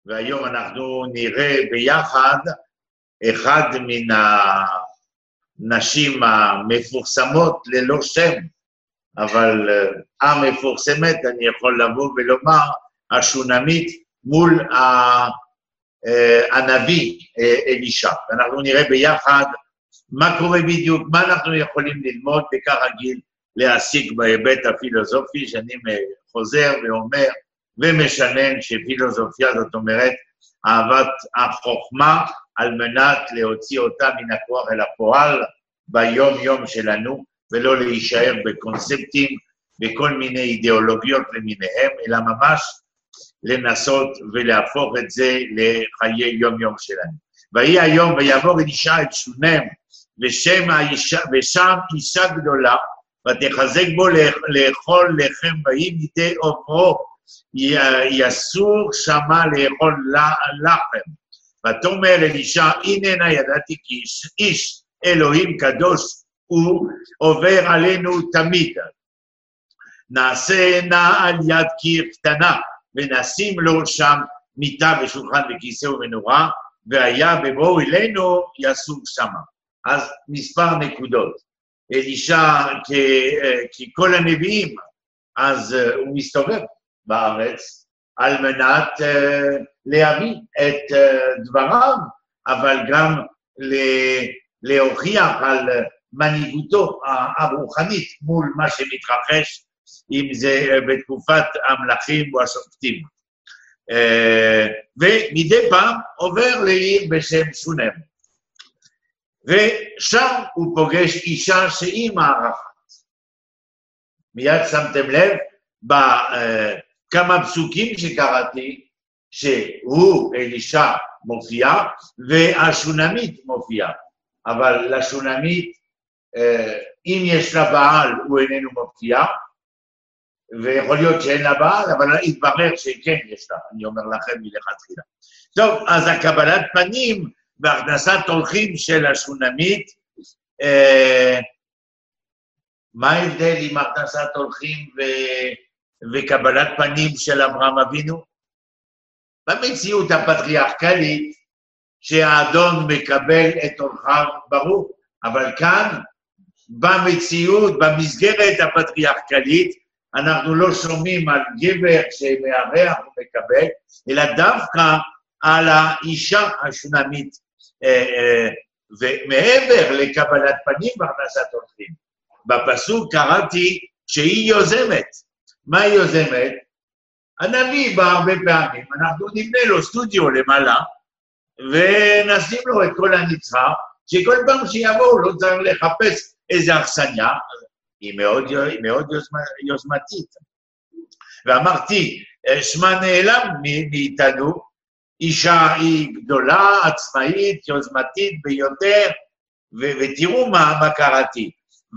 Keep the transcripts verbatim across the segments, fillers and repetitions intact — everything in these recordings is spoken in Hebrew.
והיום אנחנו נראה ביחד אחד מן הנשים המפורסמות ללא שם, אבל המפורסמת, אני יכול לבוא ולומר, השונמית מול הנביא אלישע. ואנחנו נראה ביחד מה קורה בדיוק, מה אנחנו יכולים ללמוד וכרגיל להסיק בהיבט הפילוסופי, שאני חוזר ואומר ומשנן שפילוסופיה זאת אומרת אהבת החוכמה על מנת להוציא אותה מן הכוח אל הפועל ביום יום שלנו, ולא להישאר בקונספטים וכל מיני אידיאולוגיות למיניהם, אלא ממש לנסות ולהפוך את זה לחיי יום יום שלנו. ויהי היום ויעבור אלישע את שונם, ושם האישה, ושם אישה גדולה, ותחזק בו לאכול לחם, ויהי מידי עוברו, יסור שמה לאכול לחם. ותאמר אלישע, הננה ידעתי כי איש אלוהים קדוש הוא עובר עלינו תמיד. נעשה נא על יד קיר קטנה, ונשים לו שם מיטה ושולחן וכיסא ומנורה, והיה בבואו אלינו יסור שמה. אז מספר נקודות. אלישע, ככל הנביאים, אז הוא מסתובב בארץ על מנת להביא את דבריו, אבל גם להוכיח על מנהיגותו הרוחנית מול מה שמתרחש, אם זה בתקופת המלכים או השופטים. ומדי פעם עובר לעיר בשם שונם. ושם הוא פוגש אישה שהיא מארחת. מיד שמתם לב, בכמה פסוקים שקראתי, שהוא, אלישע, מופיע, והשונמית מופיעה. אבל לשונמית, אם יש לה בעל, הוא איננו מופיע, ויכול להיות שאין לה בעל, אבל התברר שכן יש לה, אני אומר לכם מלכתחילה. טוב, אז הקבלת פנים והכנסת אורחים של השונמית, אה, מה ההבדל עם הכנסת אורחים ו... וקבלת פנים של אברהם אבינו? במציאות הפטריארכלית, שהאדון מקבל את אורחיו ברור, אבל כאן, במציאות, במסגרת הפטריארכלית, אנחנו לא שומעים על גבר שמארח ומקבל, אלא דווקא על האישה השונמית, ומעבר לקבלת פנים והכנסת אורחים. בפסוק קראתי שהיא יוזמת. מה היא יוזמת? הנביא בא הרבה פעמים, אנחנו נבנה לו סטודיו למעלה, ונשים לו את כל הנצחה, שכל פעם שיבואו לא צריך לחפש איזה אכסניה, היא מאוד, היא מאוד יוזמתית. ואמרתי, שמה נעלם מאיתנו, אישה היא גדולה, עצמאית, יוזמתית ביותר, ותראו מה, מה קראתי.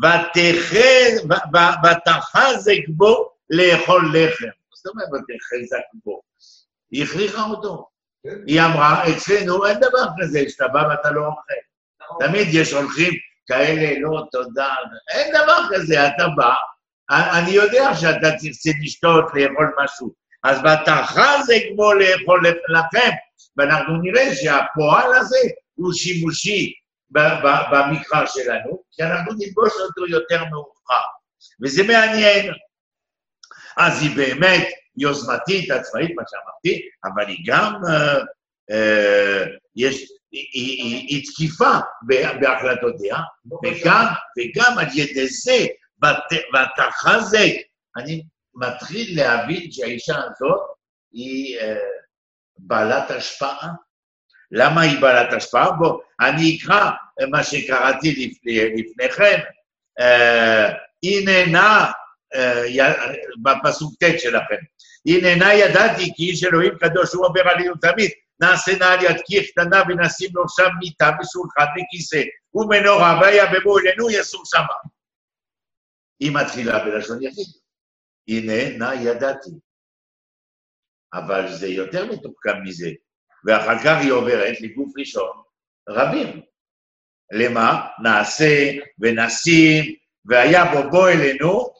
ותחזק בו לאכול לחם. זאת אומרת, ותחזק בו. היא הכריחה אותו. היא אמרה, אצלנו אין דבר כזה, שאתה בא ואתה לא אוכל. תמיד יש הולכים כאלה, לא, תודה. אין דבר כזה, אתה בא, אני יודע שאתה תרצה לשתות, לאכול משהו. אז ותחזק בו לאכול לכם, ואנחנו נראה שהפועל הזה הוא שימושי במקרא שלנו, כי אנחנו נפגוש אותו יותר מאוחר. וזה מעניין. אז היא באמת יוזמתית, עצמאית, מה שאמרתי, אבל היא גם, אה, יש, היא, היא, היא תקיפה בהחלטותיה, וגם, וגם על ידי זה, ותחזק, אני מתחיל להבין שהאישה הזאת היא אה, בעלת השפעה. למה היא בעלת השפעה? בוא, אני אקרא מה שקראתי לפני, לפני כן, אה, הננה, אה, בפסוק ט' שלכם, הננה ידעתי כי איש אלוהים קדוש הוא עובר עלינו תמיד, נעשה נא על יד קיר קטנה ונשים לו שם מיטה ושולחן וכיסא ומנורה, והיה בבוא אלינו יסור שמה. היא מתחילה בלשון יחיד. הנה, נא ידעתי. אבל זה יותר מתוחכם מזה. ואחר כך היא עוברת לגוף ראשון, רבים. למה? נעשה ונשים, והיה בו בוא אלינו,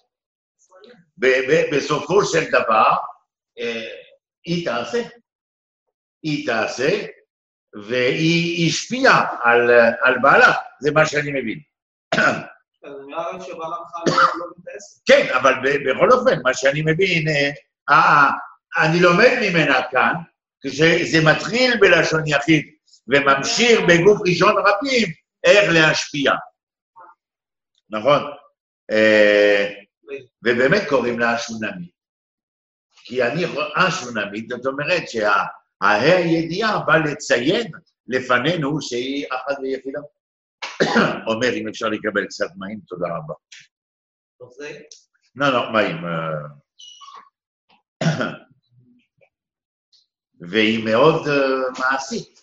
בסופו של דבר, היא תעשה. היא תעשה, והיא השפיעה על, על בעלה, זה מה שאני מבין. אז נראה רק שבעלה בכלל לא מתעסק. כן, אבל בכל אופן, מה שאני מבין, אני לומד ממנה כאן, כשזה מתחיל בלשון יחיד, וממשיך בגוף ראשון רבים, איך להשפיע. נכון? ובאמת קוראים לה שונמית. כי אני רואה שונמית, זאת אומרת שהידיעה באה לציין לפנינו שהיא אחת ויחידה. אומר, אם אפשר לקבל קצת מים, תודה רבה. לא, לא, מים. והיא מאוד מעשית.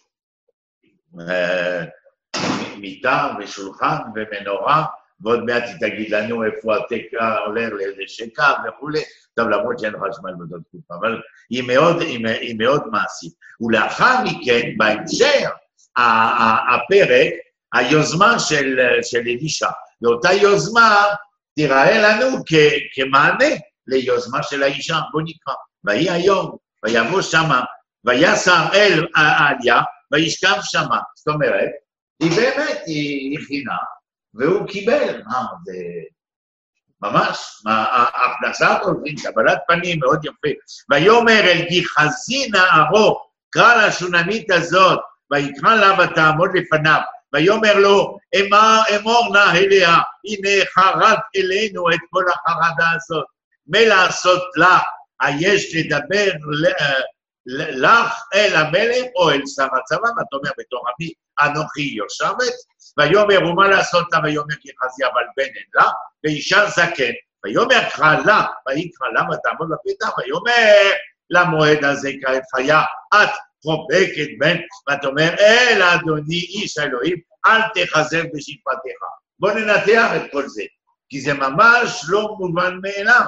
מיטה ושולחן ומנורה, ועוד מעט היא תגיד לנו איפה התקע עולה לאיזה שקע וכולי, טוב, למרות שאין חשמל באותה תקופה, אבל היא מאוד, היא, היא מאוד מעשית. ולאחר מכן, בהמשך, הפרק, היוזמה של, של אלישע, ואותה יוזמה תיראה לנו כ, כמענה ליוזמה של האישה, בוא נקרא, ויהי היום, ויבוא שמה, ויסר אל העלייה, וישכב שמה, זאת אומרת, היא באמת, היא הכינה, והוא קיבל, מה, זה ממש, הכנסת הולכים, קבלת פנים, מאוד יפה. ויאמר אל גיחזי נערו, קרא לשונמית הזאת, ויקרא לה ותעמוד לפניו, ויאמר לו, אמור נא אליה, הנה חרד אלינו את כל החרדה הזאת, מה לעשות לך, היש לדבר לך אל המלך או אל שר הצבא, ואת אומר בתור עמי, אנוכי יושבת, ויאמר ומה לעשות לה, ויאמר גיחזי אבל בן אין לה, ואישה זקן, ויאמר קרא לה, ויקרא לה ותעמוד בפתח, ויאמר למועד הזה כעת חיה, את חובקת בן, ואת אומר אל אדוני איש האלוהים, אל תחזב בשפתך. בוא ננתח את כל זה, כי זה ממש לא מובן מאליו.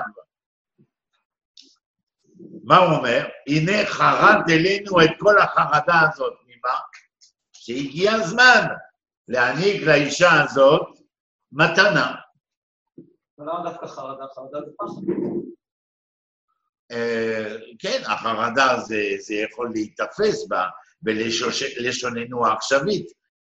מה הוא אומר? הנה חרד אלינו את כל החרדה הזאת, ממה? שהגיע הזמן להעניק לאישה הזאת מתנה. ולמה דווקא חרדה? חרדה זה פחד. כן, החרדה זה, זה יכול להתאפס בה, בלשוננו העכשווית,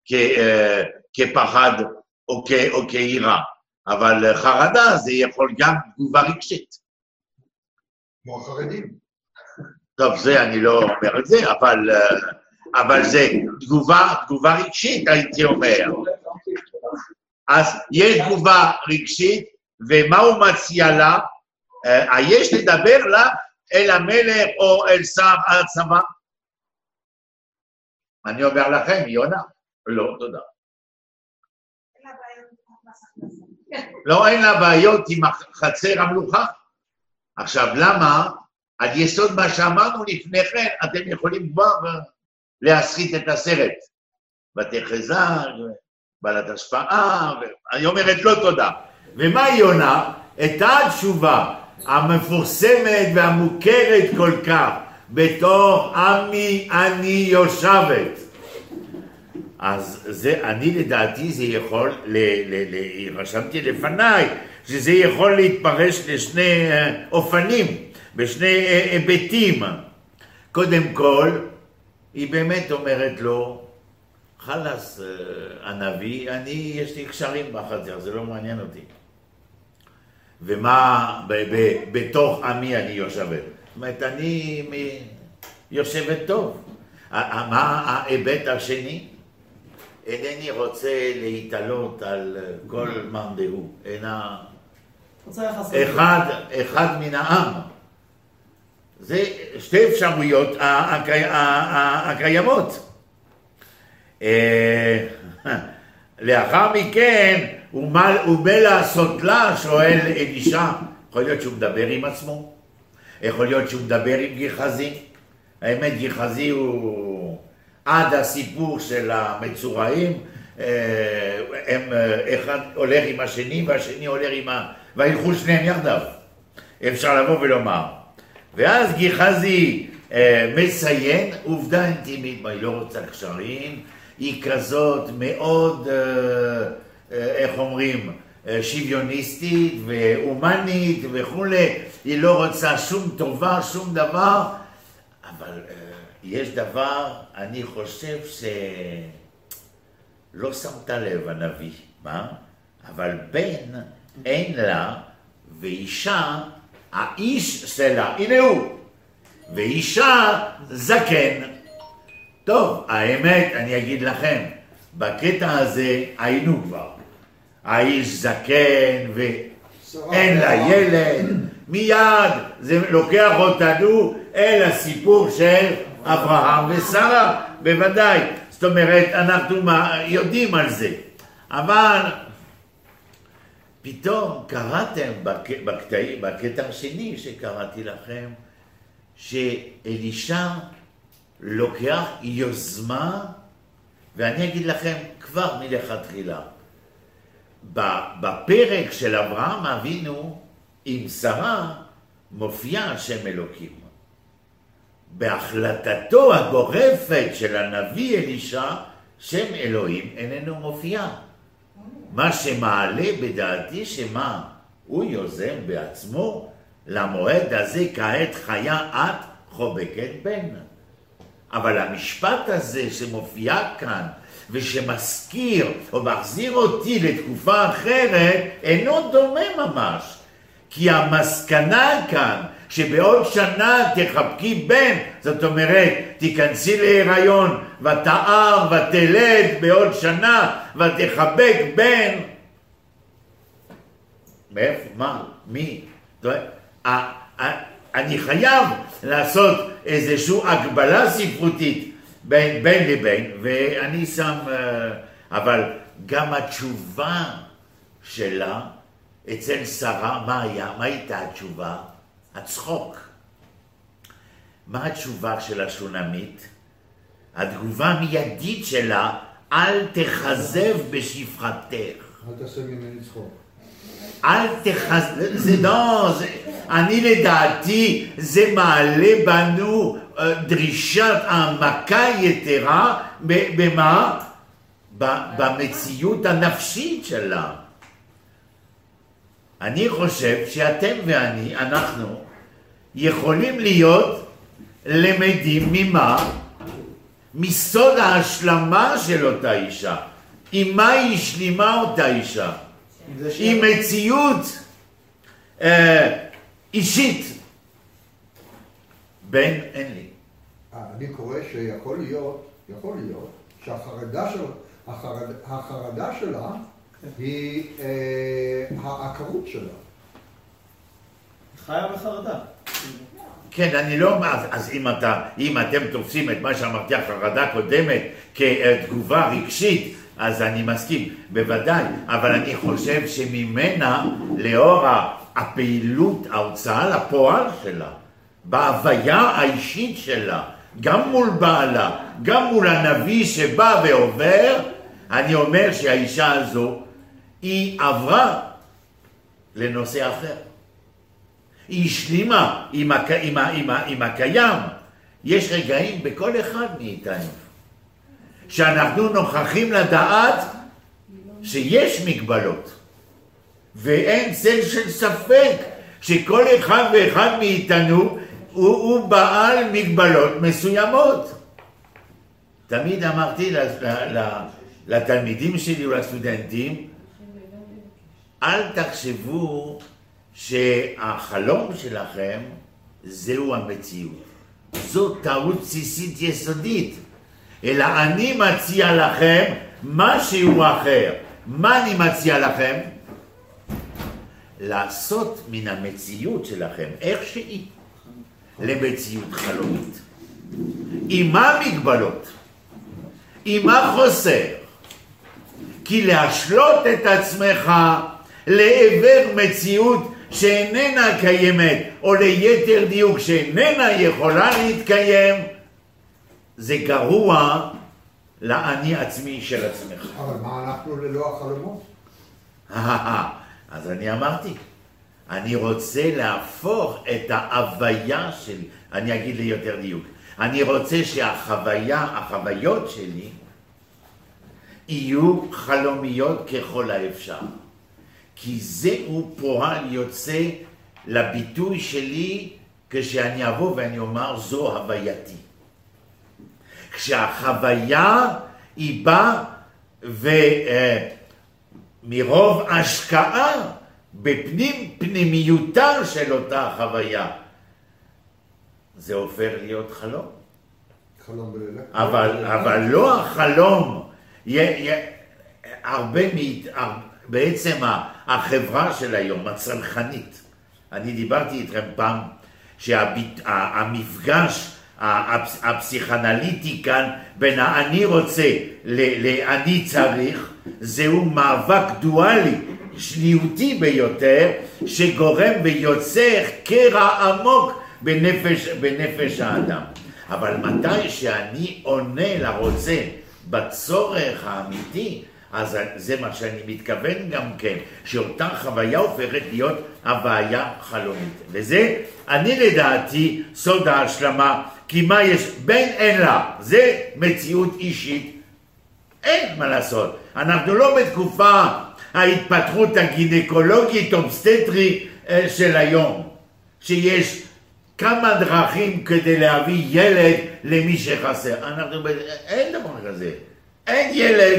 כפחד או, או כעירה. אבל חרדה זה יכול גם תגובה רגשית. כמו החרדים. טוב, זה אני לא אומר את זה, אבל, אבל זה תגובה, תגובה רגשית, הייתי אומר. אז יש תגובה רגשית, ומה הוא מציע לה? יש לדבר לה אל המלך או אל שר הצבא? אני אומר לכם, יונה, לא, תודה. לא, אין לה בעיות עם חצר המלוכה. עכשיו, למה? על יסוד מה שאמרנו לפני כן, אתם יכולים כבר להסריט את הסרט. ותחזה, בעלת השפעה, אני אומרת לא תודה. ומה היא עונה? את התשובה המפורסמת והמוכרת כל כך, בתור עמי אני יושבת. אז זה, אני לדעתי זה יכול, ל, ל, ל, רשמתי לפניי, שזה יכול להתפרש לשני אופנים, בשני היבטים. קודם כל, היא באמת אומרת לו, חלס, הנביא, אני, יש לי קשרים בחצר, זה לא מעניין אותי. ומה, ב, ב, בתוך עמי אני יושבת? זאת אומרת, אני מ, יושבת טוב. מה ההיבט השני? אינני רוצה להתעלות על כל מאן דהוא, אינה אחד, אחד מן העם. זה שתי אפשרויות הקיימות. לאחר מכן, ומה לעשות לה, שואל אלישע, יכול להיות שהוא מדבר עם עצמו, יכול להיות שהוא מדבר עם גיחזי. האמת, גיחזי הוא עד הסיפור של המצורעים, הם אחד הולך עם השני והשני הולך עם ה... וילכו שניהם יחדיו. אפשר לבוא ולומר. ואז גיחזי מציין עובדה אינטימית, מה היא לא רוצה קשרים, היא כזאת מאוד, איך אומרים, שוויוניסטית והומנית וכו', היא לא רוצה שום טובה, שום דבר, אבל יש דבר, אני חושב שלא שמת לב הנביא, מה? אבל בן אין לה, ואישה, האיש שלה, הנה הוא, ואישה זקן. טוב, האמת, אני אגיד לכם, בקטע הזה היינו כבר. האיש זקן ואין לה ילד, מיד זה לוקח אותנו אל הסיפור של אברהם ושרה, בוודאי. זאת אומרת, אנחנו יודעים על זה. אבל פתאום קראתם בקטע, בקטע השני שקראתי לכם, שאלישע לוקח יוזמה, ואני אגיד לכם כבר מלכתחילה, בפרק של אברהם אבינו עם שרה מופיע השם אלוקים. בהחלטתו הגורפת של הנביא אלישע, שם אלוהים איננו מופיע. מה שמעלה בדעתי שמה הוא יוזם בעצמו למועד הזה כעת חיה את חובקת בן. אבל המשפט הזה שמופיע כאן ושמזכיר או מחזיר אותי לתקופה אחרת אינו דומה ממש. כי המסקנה כאן שבעוד שנה תחבקי בן, זאת אומרת תיכנסי להיריון ותער ותלד בעוד שנה ותחבק בן. מאיפה? מה? מי? אני חייב לעשות איזושהי הגבלה ספרותית בין, בין לבין, ואני שם, אבל גם התשובה שלה אצל שרה, מה היה? מה הייתה התשובה? הצחוק. מה התשובה של השונמית? התגובה המיידית שלה, אל תחזב בשפחתך. אל תעשה ממני צחוק. אל תחזב, זה לא, זה, אני לדעתי, זה מעלה בנו דרישת העמקה יתרה, במה? במציאות הנפשית שלה. אני חושב שאתם ואני, אנחנו, יכולים להיות למדים ממה? מסוד ההשלמה של אותה אישה. עם מה היא השלימה אותה אישה? עם מציאות אה, אישית. בן אין לי. אני קורא שיכול להיות, יכול להיות, שהחרדה של, החרד, החרדה שלה היא אה, העקרות שלה. חיה בחרדה. כן, אני לא אומר, אז אם, אתה, אם אתם תופסים את מה שאמרתי, החרדה קודמת כתגובה רגשית, אז אני מסכים, בוודאי, אבל אני חושב שממנה, לאור הפעילות, ההוצאה לפועל שלה, בהוויה האישית שלה, גם מול בעלה, גם מול הנביא שבא ועובר, אני אומר שהאישה הזו, היא עברה לנושא אחר. היא השלימה עם, הק... עם, ה... עם, ה... עם הקיים. יש רגעים בכל אחד מאיתנו, שאנחנו נוכחים לדעת שיש מגבלות. ואין צל של ספק שכל אחד ואחד מאיתנו הוא, הוא בעל מגבלות מסוימות. תמיד אמרתי לתלמידים שלי ולסטודנטים, אל תחשבו שהחלום שלכם זהו המציאות. זו טעות בסיסית יסודית. אלא אני מציע לכם משהו אחר. מה אני מציע לכם? לעשות מן המציאות שלכם, איך שהיא, למציאות חלומית. עם מה מגבלות? עם מה חוסר? כי להשלות את עצמך לעבר מציאות שאיננה קיימת, או ליתר דיוק שאיננה יכולה להתקיים, זה גרוע לאני עצמי של עצמך. אבל מה אנחנו ללא החלומות? אז אני אמרתי, אני רוצה להפוך את ההוויה שלי, אני אגיד לי יותר דיוק, אני רוצה שהחוויה, החוויות שלי, יהיו חלומיות ככל האפשר. כי זהו פועל יוצא לביטוי שלי כשאני אבוא ואני אומר זו הווייתי. כשהחוויה היא באה ומרוב השקעה בפנים פנימיותה של אותה חוויה, זה הופך להיות חלום. חלום בלילה. אבל, אבל לא החלום, י, י, הרבה, בעצם החברה של היום, הצרכנית. אני דיברתי איתכם פעם שהמפגש הפסיכנליטי כאן בין האני רוצה לאני צריך, זהו מאבק דואלי, שניותי ביותר, שגורם ויוצר קרע עמוק בנפש, בנפש האדם. אבל מתי שאני עונה לרוצה בצורך האמיתי, אז זה מה שאני מתכוון גם כן, שאותה חוויה הופכת להיות הוויה חלומית. וזה, אני לדעתי, סוד ההשלמה, כי מה יש? בין אין לה, זה מציאות אישית, אין מה לעשות. אנחנו לא בתקופה ההתפתחות הגינקולוגית אובסטטרי של היום, שיש כמה דרכים כדי להביא ילד למי שחסר. אנחנו, אין דבר כזה, אין ילד.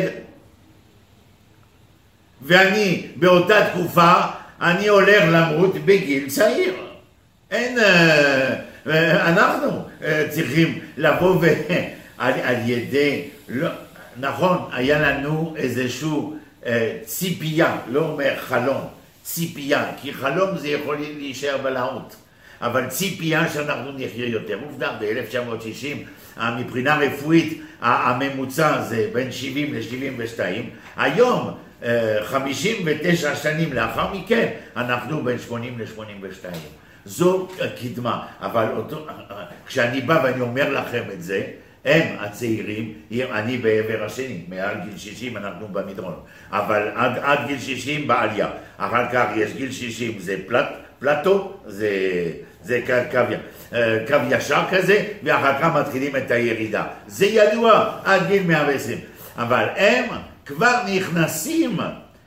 ואני באותה תקופה, אני הולך למות בגיל צעיר. אין, אנחנו צריכים לבוא ועל על ידי, לא, נכון, היה לנו איזשהו ציפייה, לא אומר חלום, ציפייה, כי חלום זה יכול להישאר בלהות, אבל ציפייה שאנחנו נחיה יותר. עובדה, ב-אלף תשע מאות שישים, מבחינה רפואית, הממוצע זה בין שבעים ל-שבעים ושתיים, היום, חמישים ותשע שנים לאחר מכן, אנחנו בין שמונים ל-שמונים ושתיים. זו קדמה, אבל אותו, כשאני בא ואני אומר לכם את זה, הם הצעירים, אני בעבר השני, מעל גיל שישים אנחנו במדרון, אבל עד, עד גיל שישים בעלייה, אחר כך יש גיל שישים, זה פלט, פלטו, זה, זה קו, קו ישר כזה, ואחר כך מתחילים את הירידה. זה ידוע עד גיל מאה ועשרים, אבל הם כבר נכנסים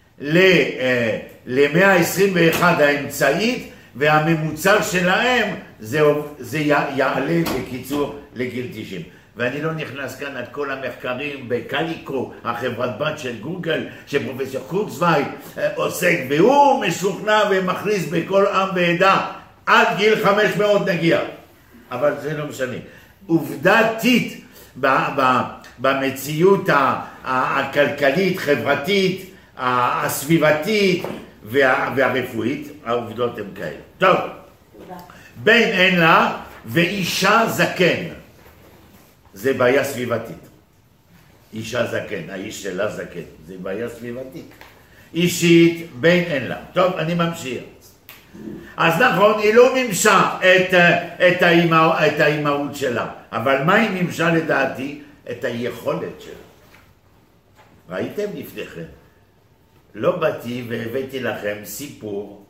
ל-מאה עשרים ואחת האמצעית, והממוצע שלהם זה, זה יעלה בקיצור לגיל תשעים. ואני לא נכנס כאן עד כל המחקרים בקליקו, החברת בת של גוגל, שפרופסור קורצווייג עוסק, והוא משוכנע ומכריז בכל עם ועדה, עד גיל חמש מאות נגיע. אבל זה לא משנה. עובדתית, במציאות הכלכלית, חברתית, הסביבתית והרפואית, העובדות הן כאלה. טוב, בין אין לה ואישה זקן, זה בעיה סביבתית. אישה זקן, האיש שלה זקן, זה בעיה סביבתית. אישית, בין אין לה. טוב, אני ממשיך. אז נכון, היא לא מימשה את, את, האימא, את האימהות שלה, אבל מה היא מימשה לדעתי? את היכולת שלה. ראיתם לפניכם? לא באתי והבאתי לכם סיפור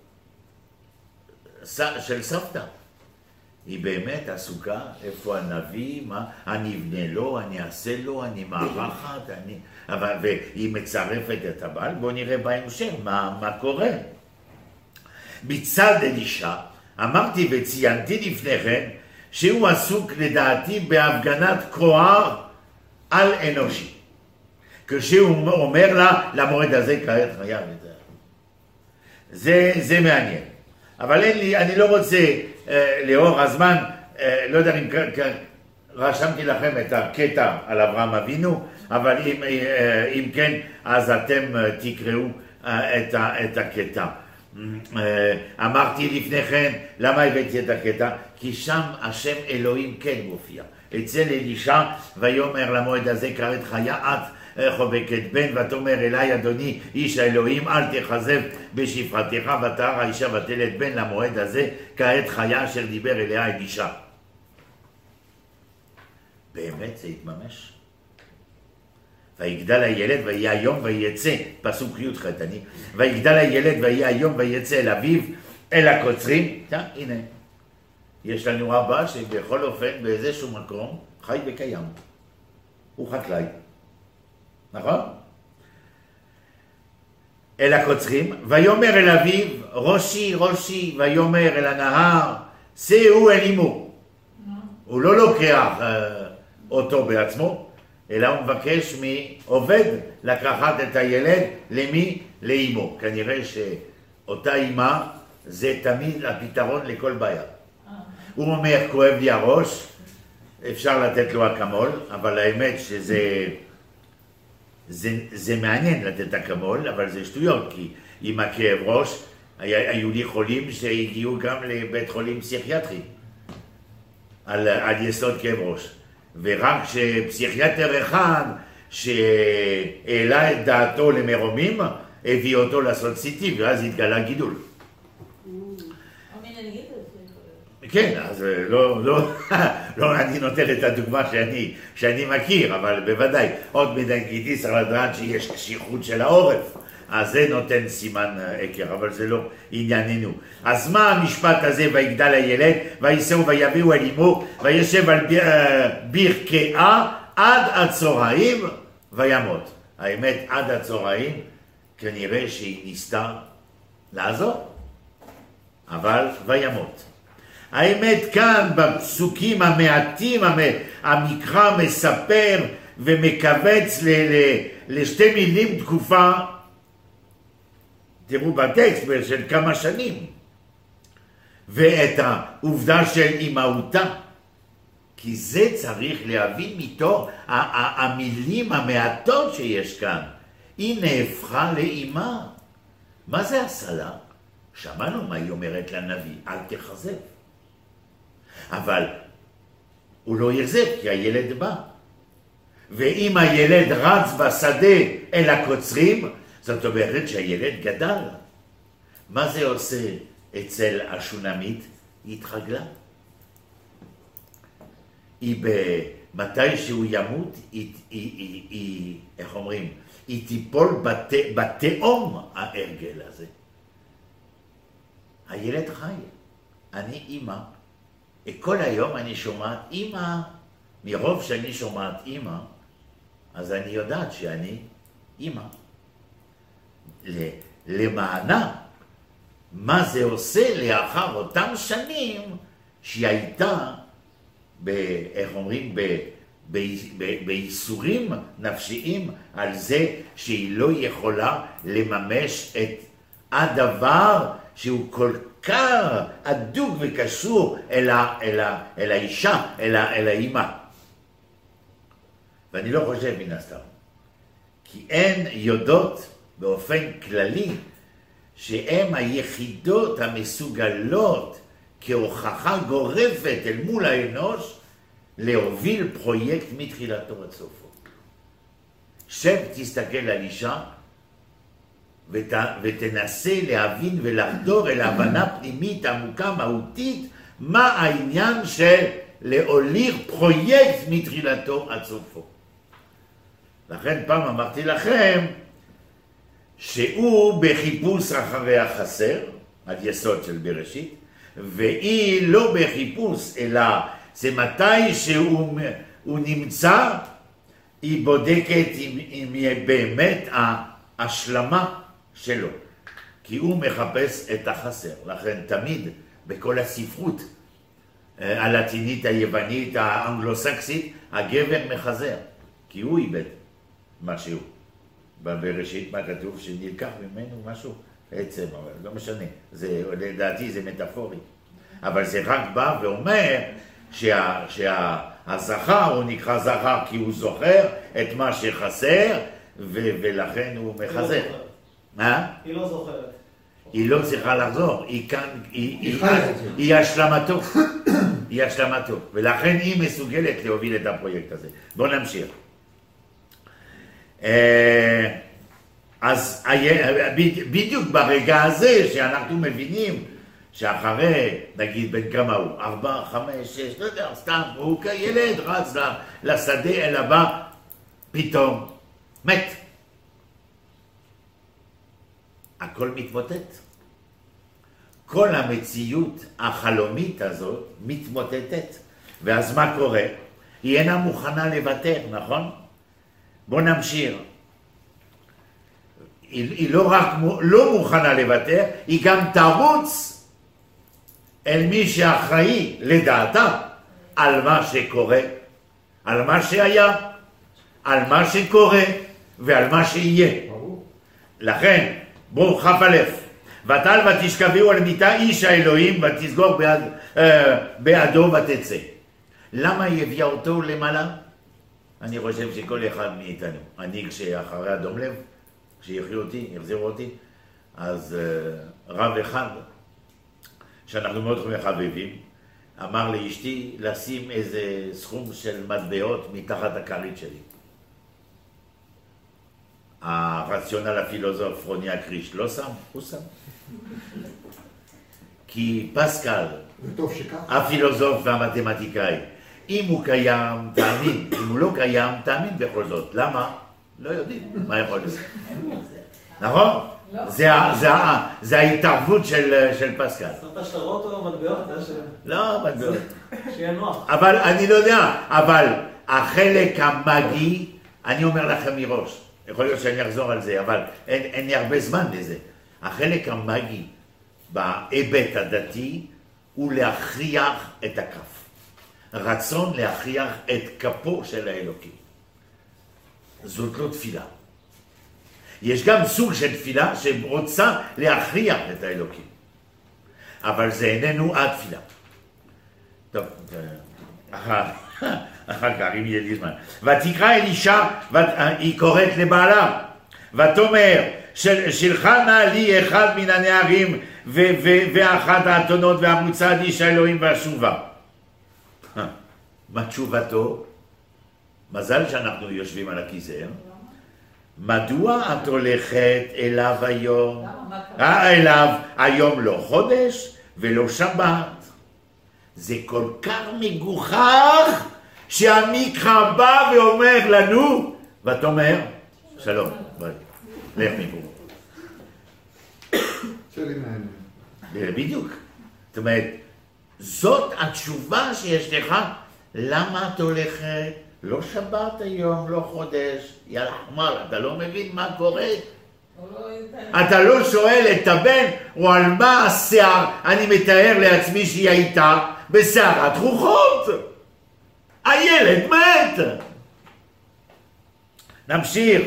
של סבתא. היא באמת עסוקה, איפה הנביא, מה, אני אבנה לו, אני אעשה לו, אני מערכת, אני... אבל, והיא מצרפת את הבעל, בואו נראה בהמשך מה, מה קורה. מצד אלישע, אמרתי וציינתי לפניכם, שהוא עסוק לדעתי בהפגנת כוח על אנושי. כשהוא אומר לה, למועד הזה כעת חייב את זה. זה, זה מעניין. אבל אין לי, אני לא רוצה, אה, לאור הזמן, אה, לא יודע אם רשמתי לכם את הקטע על אברהם אבינו, אבל אם, אה, אם כן, אז אתם אה, תקראו אה, את, את הקטע. אה, אמרתי לפני כן, למה הבאתי את הקטע? כי שם השם אלוהים כן מופיע. אצל אלישע, ויאמר למועד הזה כרת חיה את חובקת בן, ותאמר אליי אדוני איש האלוהים אל תכזב בשפחתך, ותהר האישה ותלד בן למועד הזה כעת חיה אשר דיבר אליה אלישע. באמת זה התממש. ויגדל הילד ויהיה היום ויצא, פסוק י"ח, אני, ויגדל הילד ויהיה היום ויצא אל אביו אל הקוצרים. תה, הנה, יש לנו אבא שבכל אופן באיזשהו מקום חי וקיים, הוא חקלאי, נכון? אל הקוצרים, ויאמר אל אביו ראשי ראשי, ויאמר אל הנהר שאו אל אמו. הוא לא לוקח אותו בעצמו, אלא הוא מבקש מעובד לקחת את הילד למי? לאמו. כנראה שאותה אימה זה תמיד הפתרון לכל בעיה. הוא אומר, כואב לי הראש, אפשר לתת לו אקמול, אבל האמת שזה זה, זה מעניין לתת אקמול, אבל זה שטויות, כי עם הכאב ראש, היו לי חולים שהגיעו גם לבית חולים פסיכיאטרי על, על יסוד כאב ראש. ורק שפסיכיאטר אחד שהעלה את דעתו למרומים, הביא אותו לעשות סיטי, ואז התגלה גידול. כן, אז לא, לא, לא, אני נותן את הדוגמה שאני, שאני מכיר, אבל בוודאי, עוד מדנגיטיס צריך לדעת שיש קשיחות של העורף, אז זה נותן סימן עקר, אבל זה לא ענייננו. אז מה המשפט הזה, ויגדל הילד, ויסעו ויביאו אל אמו, וישב על ברכאה עד הצהריים וימות. האמת, עד הצהריים, כנראה שהיא ניסתה לעזור, אבל וימות. האמת כאן בפסוקים המעטים, המקרא מספר ומקבץ לשתי מילים תקופה, תראו בטקסט של כמה שנים, ואת העובדה של אימהותה, כי זה צריך להבין מתוך המילים המעטות שיש כאן. היא נהפכה לאימה. מה זה עשה לה? שמענו מה היא אומרת לנביא, אל תחזב. אבל הוא לא יחזב כי הילד בא. ואם הילד רץ בשדה אל הקוצרים, זאת אומרת שהילד גדל. מה זה עושה אצל השונמית? היא התרגלה. היא במתי שהוא ימות, היא, היא, היא, היא, איך אומרים? היא תיפול בת, בתאום ההרגל הזה. הילד חי. אני אימא. כל היום אני שומעת אימא. מרוב שאני שומעת אימא, אז אני יודעת שאני אימא. למענה, מה זה עושה לאחר אותם שנים שהיא הייתה, ב, איך אומרים, ב, ב, ב, בייסורים נפשיים על זה שהיא לא יכולה לממש את הדבר שהוא כל כך אדוק וקשור אל, ה, אל, ה, אל האישה, אל, ה, אל האימא. ואני לא חושב מן הסתם, כי הן יודעות באופן כללי שהן היחידות המסוגלות כהוכחה גורפת אל מול האנוש להוביל פרויקט מתחילתו עד סופו. שב תסתכל על אישה ות, ותנסה להבין ולחדור אל הבנה פנימית עמוקה מהותית מה העניין של להוליך פרויקט מתחילתו עד סופו. לכן פעם אמרתי לכם שהוא בחיפוש אחרי החסר, על יסוד של בראשית, והיא לא בחיפוש, אלא זה מתי שהוא נמצא, היא בודקת אם, אם יהיה באמת ההשלמה שלו, כי הוא מחפש את החסר. לכן תמיד בכל הספרות הלטינית, היוונית, האנגלוסקסית, הגבר מחזר, כי הוא איבד משהו. בראשית מה כתוב? שנלקח ממנו משהו עצם, אבל לא משנה, זה, לדעתי זה מטאפורי. אבל זה רק בא ואומר שה, שהזכר הוא נקרא זכר כי הוא זוכר את מה שחסר, ו, ולכן הוא מחזר. היא לא זוכרת. היא לא זוכרת. היא לא צריכה לחזור, היא כאן, היא, היא, היא, היא השלמתו. היא השלמתו, ולכן היא מסוגלת להוביל את הפרויקט הזה. בואו נמשיך. אז בדיוק ברגע הזה שאנחנו מבינים שאחרי, נגיד בן כמה הוא, ארבע, חמש, שש, לא יודע, סתם, הוא כילד רץ לשדה אל הבא, פתאום מת. הכל מתמוטט. כל המציאות החלומית הזאת מתמוטטת. ואז מה קורה? היא אינה מוכנה לוותר, נכון? בוא נמשיך. היא, היא לא רק לא מוכנה לוותר, היא גם תרוץ אל מי שאחראי לדעתה על מה שקורה. על מה שהיה, על מה שקורה ועל מה שיהיה. לכן, בואו כף א', ותעל ותשכבהו על מיטה איש האלוהים ותסגור בעד, אה, בעדו ותצא. למה היא הביאה אותו למעלה? אני חושב שכל אחד מאיתנו, אני כשאחרי אדום לב, כשיחיו אותי, יחזירו אותי, אז uh, רב אחד, שאנחנו מאוד מחבבים, אמר לאשתי לשים איזה סכום של מטבעות מתחת הכרית שלי. הרציונל הפילוסוף רוני הקריש לא שם, הוא שם. כי פסקל, הפילוסוף והמתמטיקאי, אם הוא קיים, תאמין, אם הוא לא קיים, תאמין בכל זאת. למה? לא יודעים מה יכול להיות. נכון? זה ההתערבות של פסקל. שמת שטרות או מטבעות? לא, מטבעות. שיהיה נוח. אבל אני לא יודע, אבל החלק המאגי, אני אומר לכם מראש, יכול להיות שאני אחזור על זה, אבל אין לי הרבה זמן לזה. החלק המאגי בהיבט הדתי הוא להכריח את הכף. רצון להכריח את כפו של האלוקים. זאת לא תפילה. יש גם סוג של תפילה שרוצה להכריח את האלוקים. אבל זה איננו התפילה. טוב, אחר, אחר כך, אם יהיה לי זמן. ותקרא אלישע, היא קוראת לבעלה, ותאמר, שלך נא לי אחד מן הנערים, ואחת האתונות והמוצד איש האלוהים והשובה. מה תשובתו? מזל שאנחנו יושבים על הכיסא. מדוע את הולכת אליו היום? אליו היום לא חודש ולא שבת. זה כל כך מגוחך שהמקרא בא ואומר לנו, ואת אומר, שלום, ביי, לך מפה. שלי מעניין. בדיוק. זאת אומרת, זאת התשובה שיש לך, למה את הולכת? לא שבת היום, לא חודש, יאללה חמר, אתה לא מבין מה קורה? אתה לא שואל את הבן, או על מה השיער, אני מתאר לעצמי שהיא הייתה בסערת רוחות. הילד מת. נמשיך.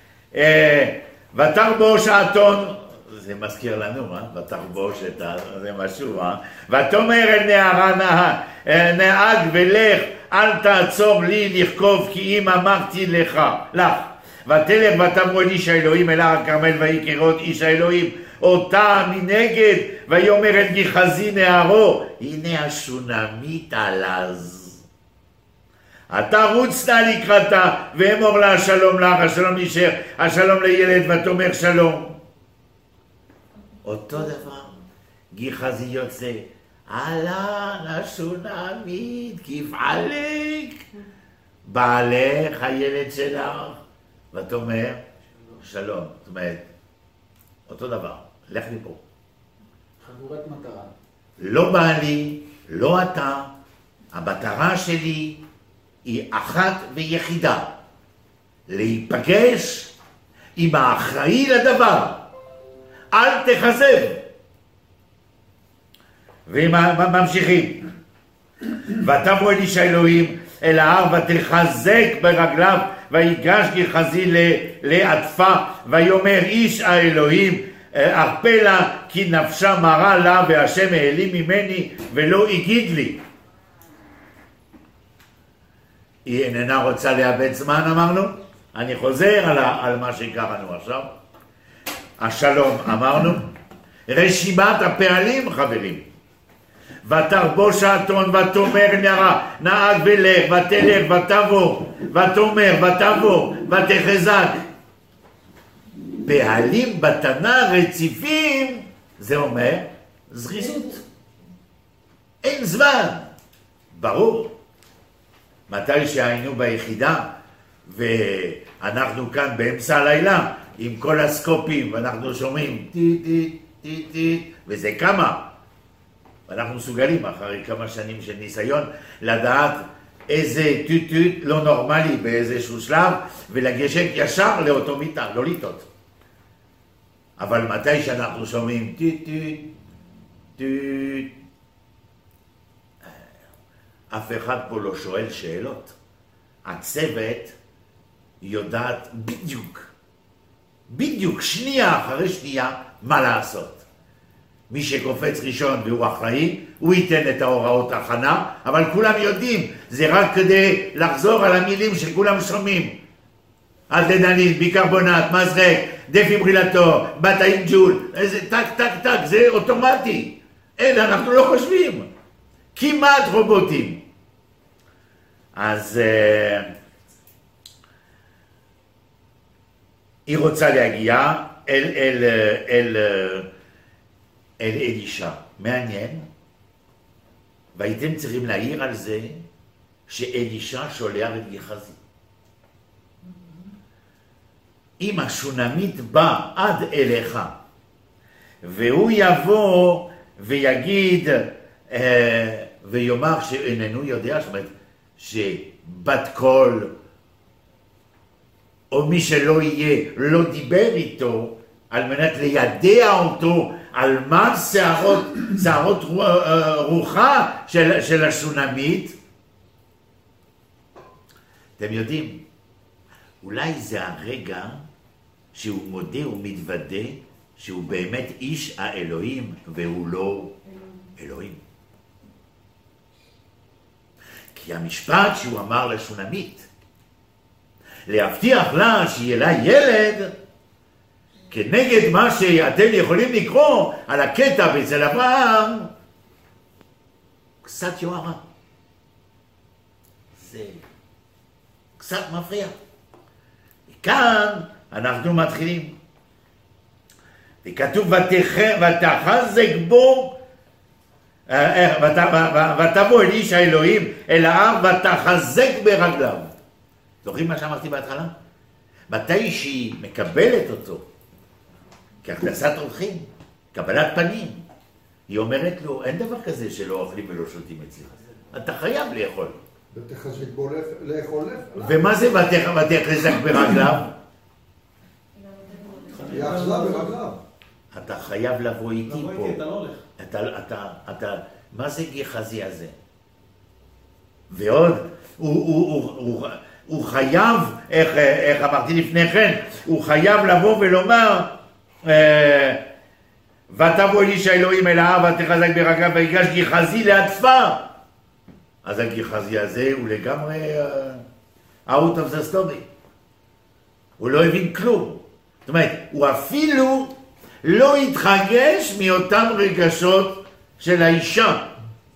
ותרבוש האתון, זה מזכיר לנו, אה? ותרבוש את ה... זה משהו, אה? ותאמר אל נערה נהג ולך, אל תעצור לי לחקוב, כי אם אמרתי לך, לך. ותלך ותאמרו אל איש האלוהים אל הר הכרמל, ויהי כראות איש האלוהים אותה מנגד, ויאמר אל גיחזי נערו, הנה השונמית עלז. אתה רוץ נא לקראתה, ואמור לה השלום לך, השלום נשאר, השלום לילד, ותאמר שלום. אותו דבר, גיחזי יוצא, אהלן השונמית, כיפעלק, בעלך, הילד שלך, ואתה אומר, שלום. זאת אומרת, אותו דבר, לך מפה. חגורת מטרה. לא בא לי, לא אתה, המטרה שלי היא אחת ויחידה, להיפגש עם האחראי לדבר, אל תחזב. וממשיכים. ותבוא אל איש האלוהים אל ההר ותחזק ברגליו, ויגש גיחזי לעטפה, ויאמר איש האלוהים ארפה לה, כי נפשה מרה לה, והשם העלים ממני ולא הגיד לי. היא איננה רוצה לאבד זמן, אמרנו. אני חוזר על, על מה שקראנו עכשיו. השלום אמרנו. רשימת הפעלים, חברים. ותרבוש האתון ותאמר נערה נהג ולך ותלך ותבוא ותאמר ותבוא ותחזק. פעלים בתנ"ך רציפים, זה אומר זריזות. אין זמן. ברור. מתי שהיינו ביחידה ואנחנו כאן באמצע הלילה עם כל הסקופים ואנחנו שומעים טי טי טי טי וזה כמה. ואנחנו מסוגלים אחרי כמה שנים של ניסיון לדעת איזה טוט-טוט לא נורמלי באיזשהו שלב ולגשת ישר לאותו מיטה, לא לטעות. אבל מתי שאנחנו שומעים טוט-טוט, טוט, אף אחד פה לא שואל שאלות. הצוות יודעת בדיוק, בדיוק שנייה אחרי שנייה מה לעשות. מי שקופץ ראשון והוא אחראי, הוא ייתן את ההוראות ההכנה, אבל כולם יודעים, זה רק כדי לחזור על המילים שכולם שומעים. אדרנלין, ביקרבונט, מזרק, דפיברילטור, בטאים ג'ול, איזה טק טק טק, זה אוטומטי. אין, אנחנו לא חושבים. כמעט רובוטים. אז uh, היא רוצה להגיע אל, אל, אל, אל, אל אלישע. מעניין. והייתם צריכים להעיר על זה שאלישע שולח את גחזי. אם השונמית בא עד אליך, והוא יבוא ויגיד, אה, ויאמר שאיננו יודע, זאת אומרת, שבת קול, או מי שלא יהיה, לא דיבר איתו, על מנת לידע אותו על מה שערות, שערות רוחה של, של השונמית. אתם יודעים, אולי זה הרגע שהוא מודה ומתוודה שהוא באמת איש האלוהים והוא לא אלוהים. כי המשפט שהוא אמר לשונמית, להבטיח לה שיהיה לה ילד, כנגד מה שאתם יכולים לקרוא על הקטע אצל אברהם, קצת יוהרה. זה קצת מפריע. כאן אנחנו מתחילים. וכתוב ותחזק בו, ותבוא אל איש האלוהים אל ההר ותחזק ברגליו. זוכרים מה שאמרתי בהתחלה? מתי שהיא מקבלת אותו כהכנסת אורחים, קבלת פנים, היא אומרת לו, אין דבר כזה שלא אוכלים ולא שותים אצלך. אתה חייב לאכול. ותחזק בו לאכול. ומה זה ותחזק ברגליו? יחזק ברגליו. אתה חייב לבוא איתי פה. לבוא איתי, אתה לא הולך. אתה, אתה, אתה, מה זה גחזי הזה? ועוד, הוא, הוא, הוא, הוא, הוא חייב, איך, איך אמרתי לפני כן, הוא חייב לבוא ולומר, אה, ותבוא אל איש האלוהים אל ההר ותחזק ברגליו ויגש גחזי לעצפה. אז הגחזי הזה הוא לגמרי uh, out of the story. הוא לא הבין כלום. זאת אומרת, הוא אפילו לא התחגש מאותם רגשות של האישה.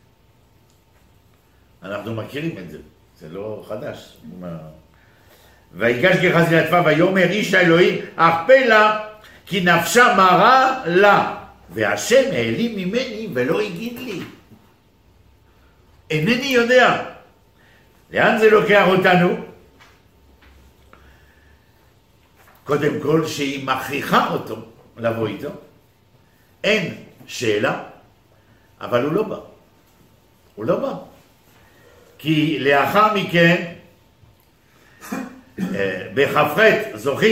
אנחנו מכירים את זה, זה לא חדש. ויגש גחזי לעצפה ויאמר איש האלוהים אכפה לה כי נפשה מרה לה והשם העלים ממני ולא הגיד לי. אינני יודע. לאן זה לוקח אותנו? קודם כל שהיא מכריחה אותו לבוא איתו. אין שאלה, אבל הוא לא בא. הוא לא בא. כי לאחר מכן, בחפרית זוכים,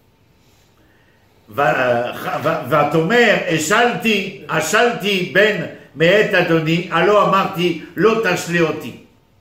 ואת אומר, אשלתי, אשלתי בן מאת אדוני, הלא אמרתי, לא תשלה אותי.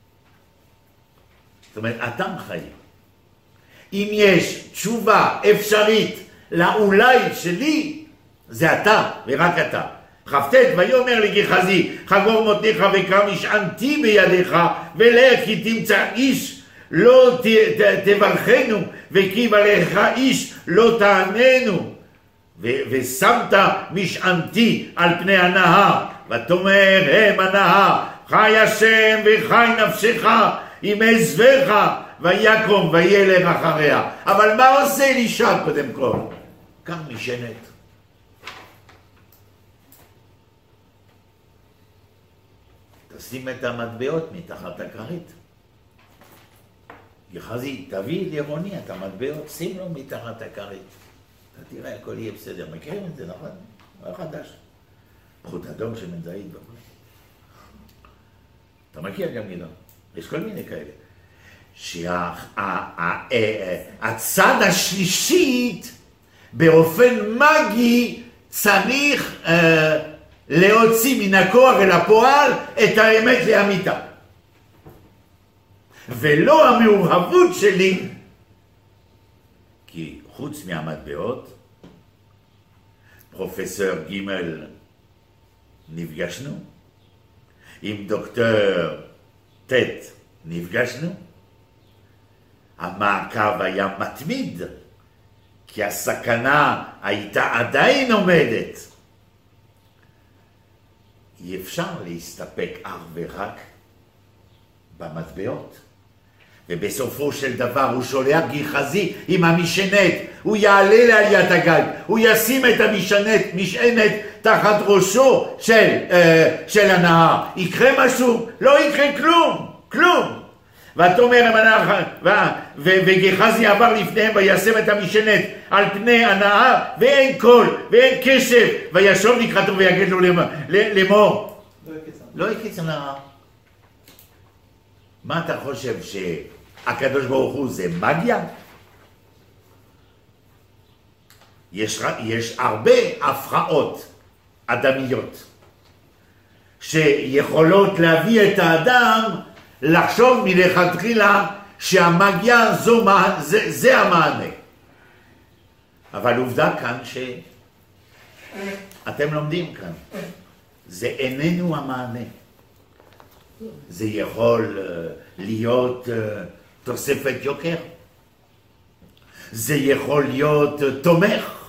זאת אומרת, אדם חי. אם יש תשובה אפשרית לאולי שלי, זה אתה ורק אתה. חפטט ויאמר לגחזי, חגור מותניך וקרא משענתי בידיך, ולך כי תמצא איש לא ת, ת, תברכנו, וכי בלך איש לא תעננו. ו, ושמת משענתי על פני הנהר, ותאמר הם הנהר, חי השם וחי נפשך, עם עזבך, ויקום וילך אחריה. אבל מה עושה אלישע קודם כל? קם משענת. תשים את המטבעות מתחת הכרית. גחזי, תביא לירוני את המטבעות, שים לו מתחת הכרית. אתה תראה, הכל יהיה בסדר. מכירים את זה, נכון? לא חדש. חוט אדום שמזעיד וכו'. אתה מכיר גם גדעון. יש כל מיני כאלה. שהצד השלישית באופן מגי צריך להוציא מן הכוח אל הפועל את האמת לאמיתה. ולא המאוהבות שלי. כי חוץ מהמטבעות, פרופסור ג' נפגשנו, עם דוקטור ט' נפגשנו, המעקב היה מתמיד, כי הסכנה הייתה עדיין עומדת. אי אפשר להסתפק אך ורק במטבעות. ובסופו של דבר הוא שולח גיחזי עם המשענת, הוא יעלה לעליית הגג, הוא ישים את המשענת, משענת תחת ראשו של, אה, של הנהר. יקרה משהו? לא יקרה כלום, כלום. ואתה אומר, וגיחזי עבר לפניהם וישם את המשענת על פני הנהר, ואין קול ואין קשב, וישוב לקראתו ויגיד לו לאמור, לא יקיץ הנהר. מה אתה חושב, שהקדוש ברוך הוא זה מגיה? יש, יש הרבה הפרעות אדמיות שיכולות להביא את האדם לחשוב מלכתחילה שהמגיה זו, זה, זה המענה. אבל עובדה כאן שאתם לומדים כאן, זה איננו המענה. זה יכול להיות תוספת יוקר, זה יכול להיות תומך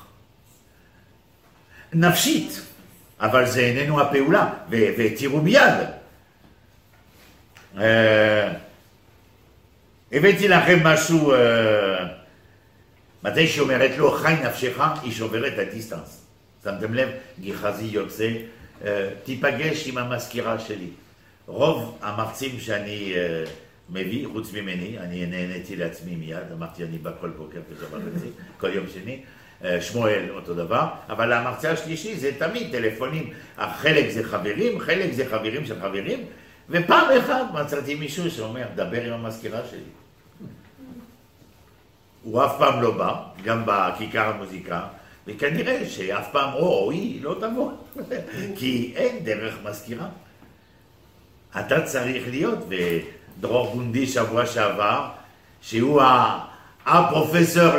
נפשית, אבל זה איננו הפעולה. ותראו מיד, הבאתי לכם משהו, מתי שאומרת לו חי נפשך, היא שוברת את הדיסטנס. שמתם לב, גיחזי יוצא, תיפגש עם המזכירה שלי. רוב המרצים שאני uh, מביא, חוץ ממני, אני נהניתי לעצמי מיד, אמרתי אני בא כל בוקר ושבע וחצי, כל יום שני, uh, שמואל אותו דבר, אבל המרצה השלישי זה תמיד טלפונים, חלק זה חברים, חלק זה חברים של חברים, ופעם אחת מצאתי מישהו שאומר, דבר עם המזכירה שלי. הוא אף פעם לא בא, גם בכיכר המוזיקה, וכנראה שאף פעם, או היא לא תבוא, כי אין דרך מזכירה. אתה צריך להיות, ודרור גונדי שבוע שעבר, שהוא הפרופסור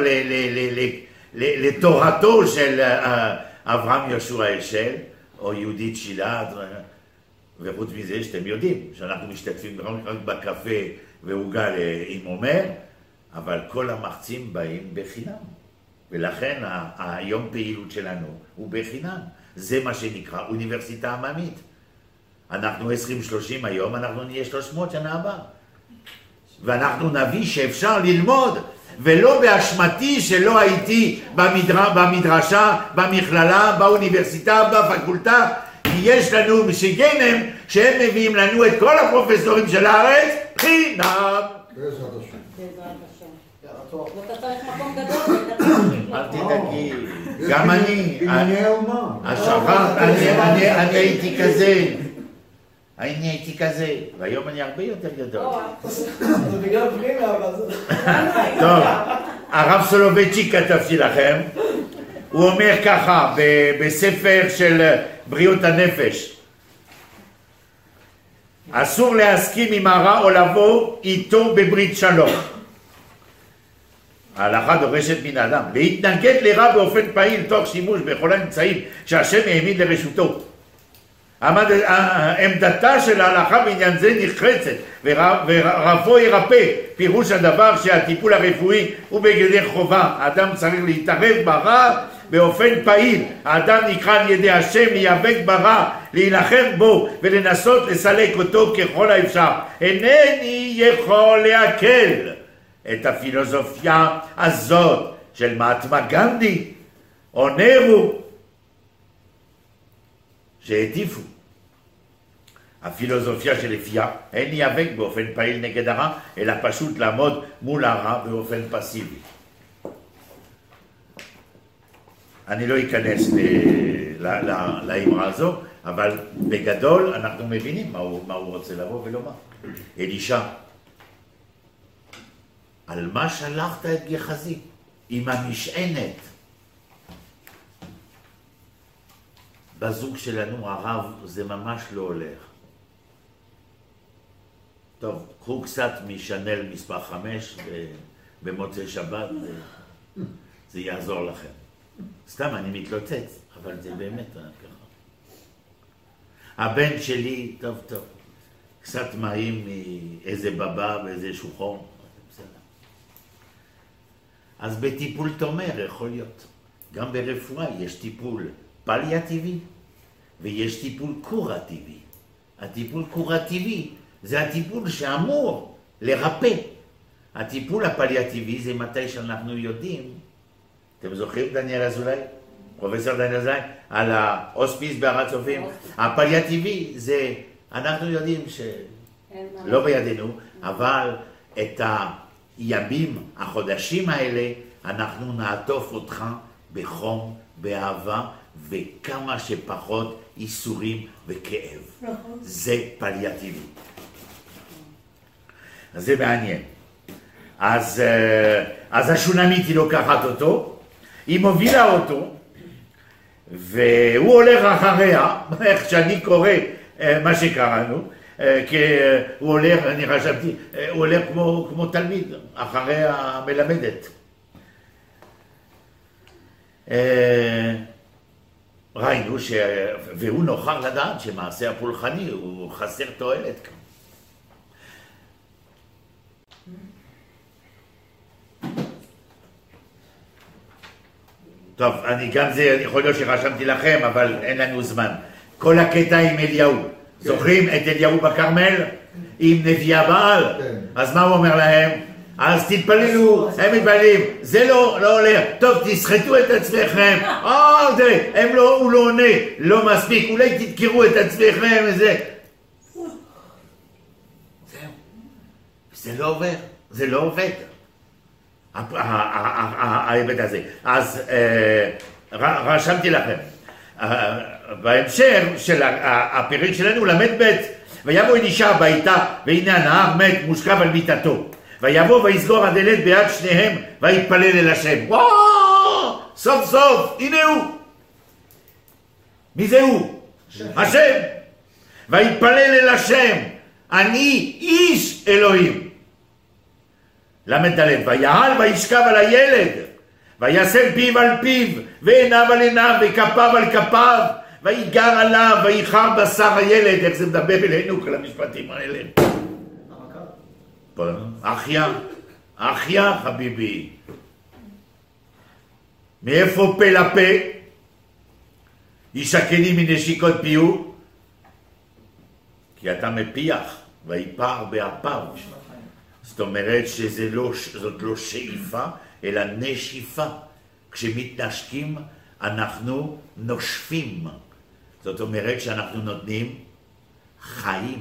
לתורתו של אברהם יהושע אשל, או יהודית שילת, וחוץ מזה שאתם יודעים, שאנחנו משתתפים רק בקפה ועוגה עם אומר, אבל כל המחצים באים בחינם, ולכן היום פעילות שלנו הוא בחינם. זה מה שנקרא אוניברסיטה עממית. אנחנו עשרים שלושים היום, אנחנו נהיה שלוש מאות שנה הבאה. ואנחנו נביא שאפשר ללמוד, ולא באשמתי שלא הייתי במדר... במדרשה, במכללה, באוניברסיטה, בפקולטה, כי יש לנו משיגנם שהם מביאים לנו את כל הפרופסורים של הארץ, חינם. בעזרת השם. ואתה צריך מקום גדול. אל תדאגי, גם אני, בנייני האומה. השכחת, אני הייתי כזה. אני הייתי כזה, והיום אני הרבה יותר גדול. זה בגלל פרימה, אבל זה... טוב, הרב סולובייצ'יק כתבתי לכם, הוא אומר ככה, בספר של בריאות הנפש, אסור להסכים עם הרע או לבוא איתו בברית שלום. ההלכה דורשת מן האדם להתנגד לרע באופן פעיל תוך שימוש בכל האמצעים שהשם העמיד לרשותו. עמדתה של ההלכה בעניין זה נחרצת, ורבו ירפא, פירוש הדבר שהטיפול הרפואי הוא בגדר חובה. האדם צריך להתערב ברע באופן פעיל. האדם נקרא על ידי השם להיאבק ברע, להילחם בו ולנסות לסלק אותו ככל האפשר. אינני יכול להקל את הפילוסופיה הזאת של מהטמה גנדי או נהרו שהטיפו. הפילוסופיה שלפיה אין להיאבק באופן פעיל נגד הרע, אלא פשוט לעמוד מול הרע באופן פסיבי. אני לא אכנס לאמרה הזו, אבל בגדול אנחנו מבינים מה הוא, מה הוא רוצה לבוא ולומר. אלישע, על מה שלחת את גיחזי? עם המשענת. בזוג שלנו הרב זה ממש לא הולך. טוב, קחו קצת משנל מספר חמש במוצאי שבת, זה יעזור לכם. סתם, אני מתלוצץ, אבל זה באמת ככה. הבן שלי, טוב, טוב, קצת מים מאיזה בבא ואיזה שוחום, בסדר. אז בטיפול תומר יכול להיות. גם ברפואה יש טיפול פליאטיבי ויש טיפול קורטיבי. הטיפול קורטיבי זה הטיפול שאמור לרפא. הטיפול הפליאטיבי זה מתי שאנחנו יודעים, אתם זוכרים דניאל אזולאי? פרופסור דניאל אזולאי? על ההוספיס בהר הצופים. הפליאטיבי זה, אנחנו יודעים שלא בידינו, אבל את הימים, החודשים האלה, אנחנו נעטוף אותך בחום, באהבה, וכמה שפחות איסורים וכאב. זה פליאטיבי. אז זה מעניין. אז, אז השונמית היא לוקחת אותו, היא מובילה אותו, והוא הולך אחריה, איך שאני קורא מה שקראנו, כי הוא הולך, אני חשבתי, הוא הולך כמו, כמו תלמיד, אחרי המלמדת. ראינו ש... והוא נוכח לדעת שמעשה הפולחני הוא חסר תועלת כאן. טוב, אני גם זה, יכול להיות שרשמתי לכם, אבל אין לנו זמן. כל הקטע עם אליהו, זוכרים את אליהו בכרמל? עם נביא הבעל? אז מה הוא אומר להם? אז תתפללו, הם מתפללים, זה לא, לא עולה, טוב, תסחטו את עצמכם, אה, תראה, הם לא, הוא לא עונה, לא מספיק, אולי תתקרו את עצמכם, וזה. זהו, זה לא עובר, זה לא עובד, ההיבט הזה. אז רשמתי לכם, בהמשך של הפרק שלנו, למד ב' ויבוא אלישע הביתה, והנה הנער מת מושכב על מיטתו. ויבוא ויסגור הדלת ביד שניהם ויתפלל אל השם. וואו! סוף סוף, הנה הוא. מי זה הוא? השם. ויתפלל אל השם, אני איש אלוהים. למד ד' ויעל וישכב על הילד, וישם פיו על פיו, ועיניו על עיניו, וכפיו על כפיו, ויגר עליו, ויחר בשר הילד. איך זה מדבר אלינו כל המשפטים האלה? אחיה, אחיה חביבי. מאיפה פה לפה? ישקני מנשיקות פיהו? כי אתה מפיח, ויפר באפיו. זאת אומרת שזאת לא, לא שאיפה, אלא נשיפה. כשמתנשקים אנחנו נושפים. זאת אומרת שאנחנו נותנים חיים.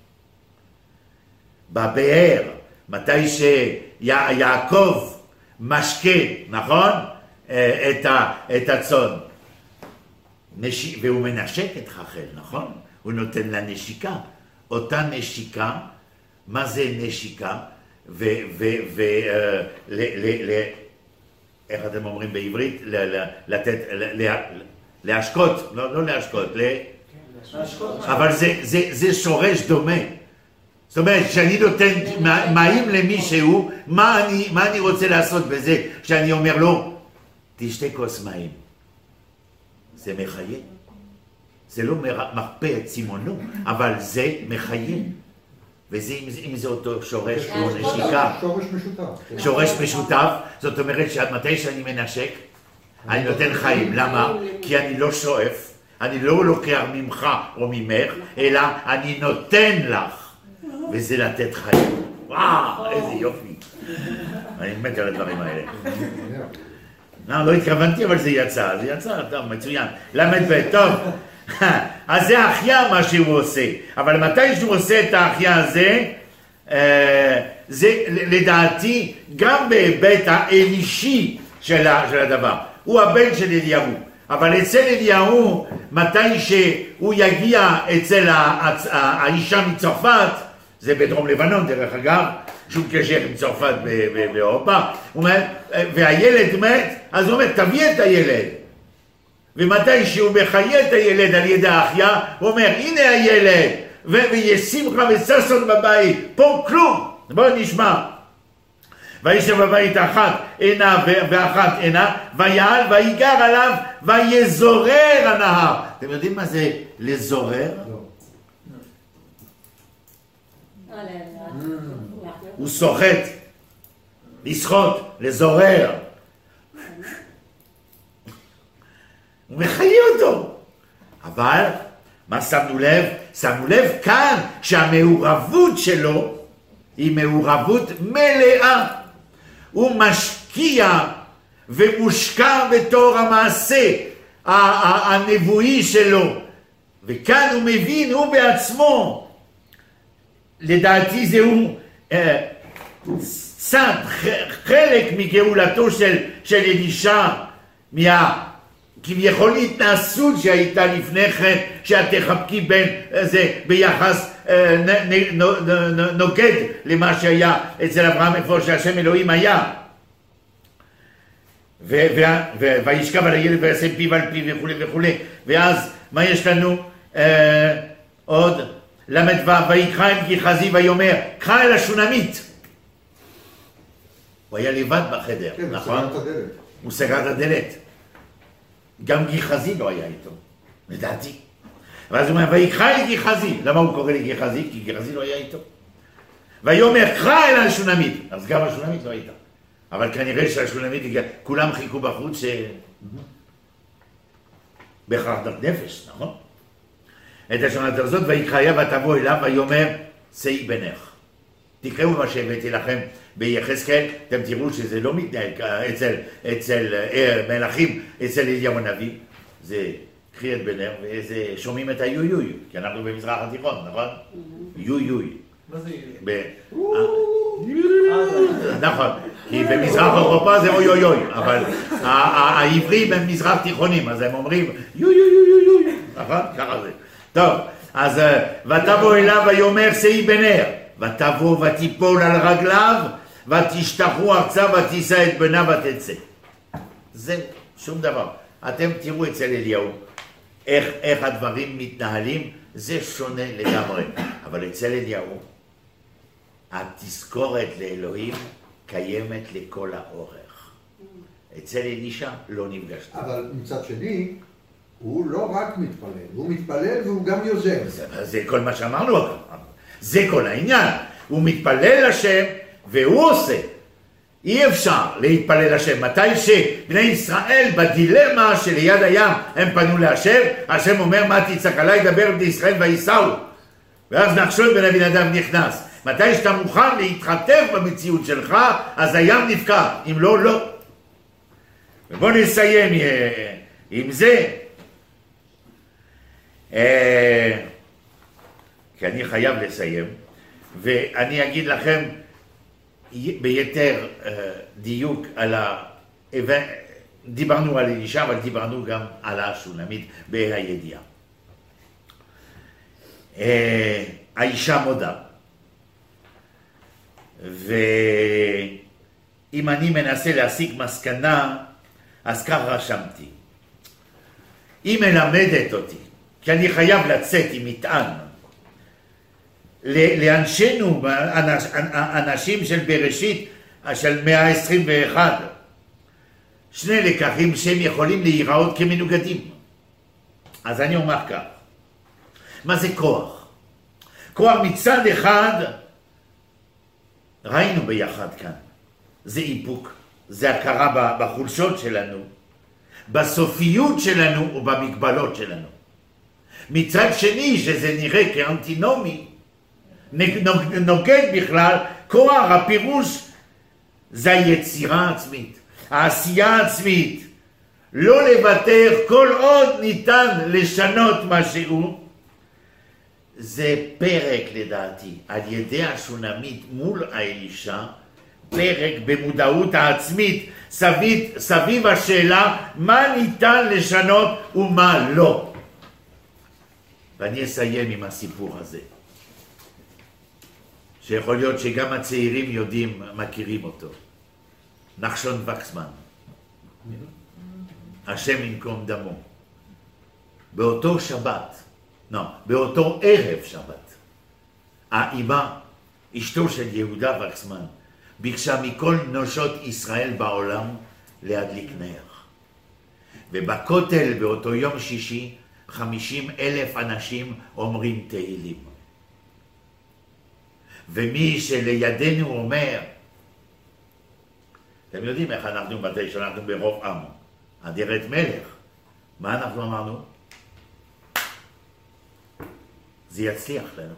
בבאר, מתי שיעקב משקה, נכון? את, ה, את הצאן. נש... והוא מנשק את חכל, נכון? הוא נותן לה נשיקה. אותה נשיקה, מה זה נשיקה? ו... ו, ו uh, ל, ל, ל, איך אתם אומרים בעברית? ל, ל, לתת, ל, ל, להשקות, לא, לא להשקות, ל... אבל זה, זה, זה שורש דומה. זאת אומרת, כשאני נותן מים למישהו, מה אני, מה אני רוצה לעשות בזה? כשאני אומר לו, תשתה כוס מים. זה מחיה. זה לא מקפא את צימונו, אבל זה מחיה. וזה אם זה אותו שורש או נשיקה. שורש משותף. שורש משותף, זאת אומרת שמתי שאני מנשק, אני נותן חיים. למה? כי אני לא שואף, אני לא לוקח ממך או ממך, אלא אני נותן לך. וזה לתת חיים. וואו, איזה יופי. אני מת על הדברים האלה. לא, לא התכוונתי, אבל זה יצא. זה יצא, טוב, מצוין. למד ב', טוב. אז זה האחיה מה שהוא עושה. אבל מתי שהוא עושה את האחיה הזה, זה לדעתי גם בהיבט האלישי של הדבר. הוא הבן של אליהו. אבל אצל אליהו, מתי שהוא יגיע אצל האישה מצרפת, זה בדרום לבנון דרך אגב, שהוא קשר עם צרפת באירופה, והילד מת, אז הוא אומר, תביא את הילד. ומתי שהוא מחיה את הילד על ידי האחיה, הוא אומר, הנה הילד, ויש שמחה וששון בבית, פה כלום. בואו נשמע. וישב בבית אחת עינה ואחת עינה, ויעל ויגר עליו ויזורר הנהר. אתם יודעים מה זה לזורר? לא. הוא סוחט, לסחוט, לזורר. הוא מחיה אותו. אבל מה שמנו לב? שמנו לב כאן שהמעורבות שלו היא מעורבות מלאה. הוא משקיע ומושקע בתור המעשה הנבואי שלו. וכאן הוא מבין, הוא בעצמו, לדעתי זהו אה, צד, חלק מגאולתו של, של אלישע, מה... כביכול התנסות שהייתה לפני כן, שאת תחבקי בין זה ביחס אה, נ, נ, נ, נ, נוגד למה שהיה אצל אברהם איפה שהשם אלוהים היה. וישכב על הילד וישם פיו על פיו וכו' וכו'. ואז מה יש לנו אה, עוד? למד ו ויקרא אל גיחזי ויאמר קרא אל השונמית. הוא היה לבד בחדר, כן, נכון? הוא סגר את הדלת. הוא סגר את הדלת. גם גיחזי לא היה איתו, לדעתי. ואז הוא אומר, ויקרא אל גיחזי. למה הוא קורא לגיחזי? כי גיחזי לא היה איתו. ויאמר, קרא אל השונמית. אז גם השונמית לא הייתה. אבל כנראה שהשונמית, כולם חיכו בחוץ ש... בחרדת נפש, נכון? את השונמית הזאת, ויקרא ותבוא אליו, ויאמר, שאי בנך. תקראו מה שהבאתי לכם ביחזקאל, אתם תראו שזה לא מתנהל אצל, אצל אה, מלכים, אצל אליהו הנביא. זה קחי את בנך, וזה שומעים את היו-יוי, כי אנחנו במזרח התיכון, נכון? יו-יוי. מה זה? נכון, כי במזרח אירופה זה אוי-אוי-אוי, אבל העברים הם מזרח תיכונים, אז הם אומרים יו-יו-יו-יו-יו, נכון? ככה זה. טוב, אז ותבוא אליו ויאמר שאי בנך. ותבוא ותיפול על רגליו, ותשתחו ארצה ותישא את בנה ותצא. זה שום דבר. אתם תראו אצל אליהו, איך, איך הדברים מתנהלים, זה שונה לגמרי. אבל אצל אליהו, התזכורת לאלוהים קיימת לכל האורך. אצל אלישע לא נפגשת. אבל מצד שני, הוא לא רק מתפלל, הוא מתפלל והוא גם יוזם. זה, זה כל מה שאמרנו. זה כל העניין. הוא מתפלל לשם והוא עושה. אי אפשר להתפלל לשם. מתי שבני ישראל בדילמה שליד הים הם פנו להשם, השם אומר מה תצעק עליי, דבר בני ישראל וייסעו. ואז נחשון בן אבינדב נכנס. מתי שאתה מוכן להתחטף במציאות שלך, אז הים נפקע. אם לא, לא. ובואו נסיים עם זה. כי אני חייב לסיים, ואני אגיד לכם ביתר דיוק על ה... דיברנו על אלישע, אבל דיברנו גם על השונמית בהידיעה. האישה מודה, ואם אני מנסה להסיק מסקנה, אז כך רשמתי. היא מלמדת אותי, כי אני חייב לצאת עם מטען, לאנשינו, אנשים של בראשית, של מאה עשרים ואחת, שני לקחים שהם יכולים להיראות כמנוגדים. אז אני אומר כך, מה זה כוח? כוח מצד אחד, ראינו ביחד כאן, זה איפוק, זה הכרה בחולשות שלנו, בסופיות שלנו ובמגבלות שלנו. מצד שני, שזה נראה כאנטינומי, נוגד בכלל, כוח הפירוש זה היצירה העצמית, העשייה העצמית, לא לוותר כל עוד ניתן לשנות משהו. זה פרק לדעתי על ידי השונמית מול האלישע, פרק במודעות העצמית סביב, סביב השאלה מה ניתן לשנות ומה לא. ואני אסיים עם הסיפור הזה, שיכול להיות שגם הצעירים יודעים, מכירים אותו. נחשון וקסמן, השם ינקום דמו, באותו שבת, לא, באותו ערב שבת, האימא, אשתו של יהודה וקסמן, ביקשה מכל נשות ישראל בעולם להדליק נר. ובכותל באותו יום שישי, חמישים אלף אנשים אומרים תהילים. ומי שלידינו אומר, אתם יודעים איך אנחנו מתי שאנחנו ברוב עם, אדירת מלך, מה אנחנו אמרנו? זה יצליח לנו.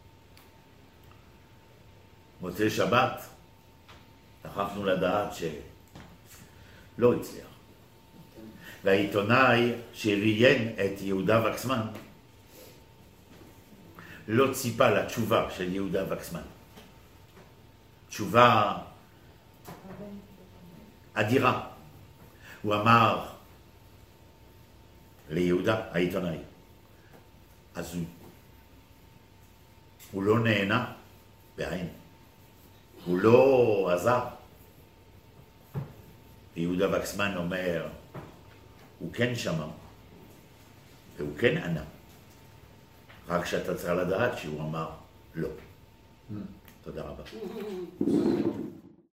מוצאי שבת, נוכחנו לדעת שלא הצליח. והעיתונאי שראיין את יהודה וקסמן לא ציפה לתשובה של יהודה וקסמן. תשובה אדירה. הוא אמר ליהודה, העיתונאי, אז הוא, הוא לא נהנה בעין. הוא לא עזר. יהודה וקסמן אומר, הוא כן שמע, והוא כן ענה. רק שאתה צריך לדעת שהוא אמר לא. תודה רבה.